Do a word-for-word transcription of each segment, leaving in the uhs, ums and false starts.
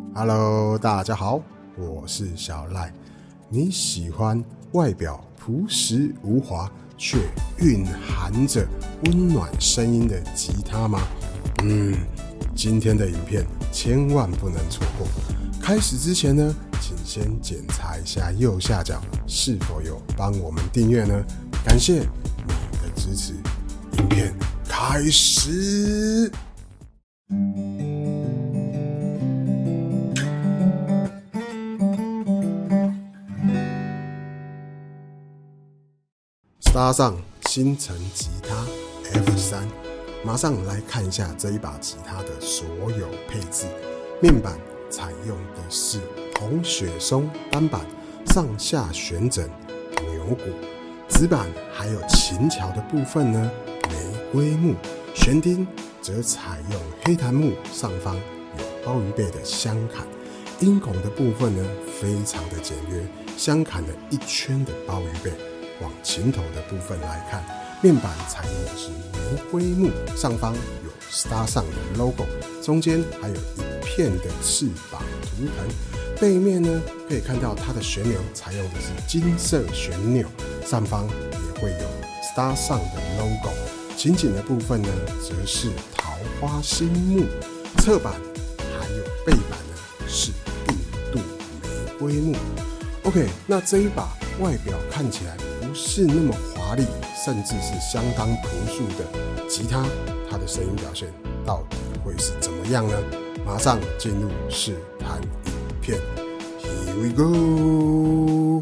Hello， 大家好，我是小赖。你喜欢外表朴实无华却蕴含着温暖声音的吉他吗？嗯，今天的影片千万不能错过。开始之前呢，请先检查一下右下角是否有帮我们订阅呢？感谢你的支持。影片开始。搭上星辰吉他 F 三， 马上来看一下这一把吉他的所有配置。面板采用的是红雪松单板，上下旋枕牛骨，指板还有琴桥的部分呢玫瑰木，弦钉则采用黑檀木，上方有鲍鱼背的镶坎，音孔的部分呢非常的简约，镶砍了一圈的鲍鱼背。往琴头的部分来看，面板采用的是玫瑰木，上方有 Star 上的 logo， 中间还有一片的翅膀图腾。背面呢可以看到它的旋钮采用的是金色旋钮，上方也会有 Star 上的 logo。琴颈的部分呢则是桃花心木，侧板还有背板呢是印度玫瑰木。OK， 那这一把外表看起来不是那么华丽，甚至是相当朴素的吉他，它的声音表现到底会是怎么样呢？马上进入试弹影片 ，Here we go。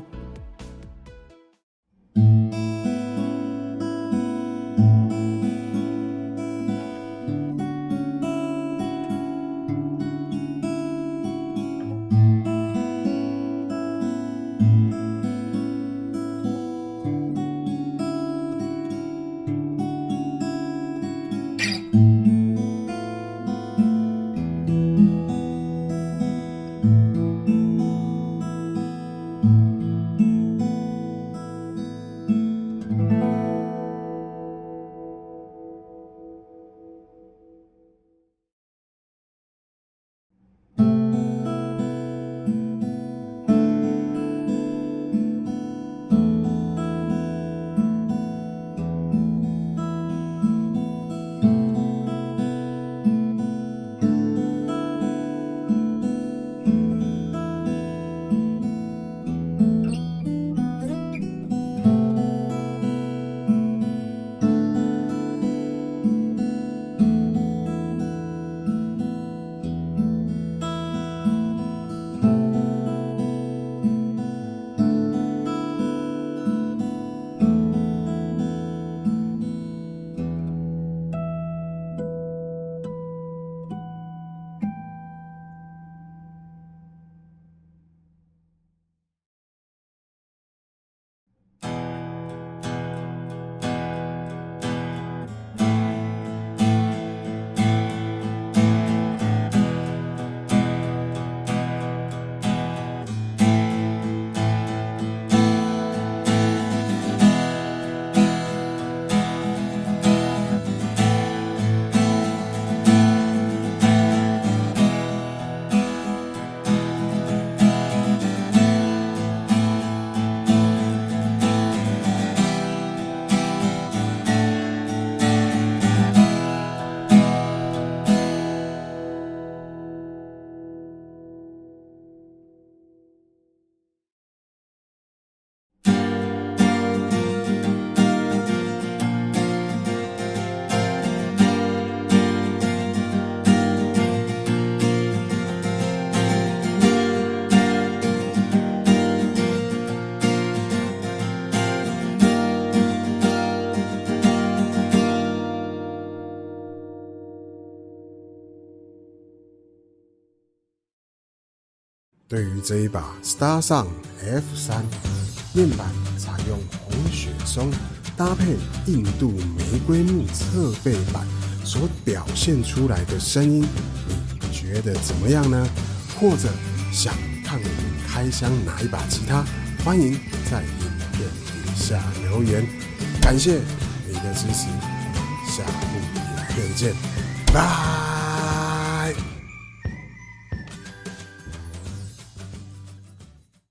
对于这一把 Star 上 F 三， 面板采用红雪松搭配印度玫瑰木侧背板所表现出来的声音，你觉得怎么样呢？或者想看我们开箱哪一把吉他，欢迎在影片底下留言。感谢你的支持，下部影片见，拜。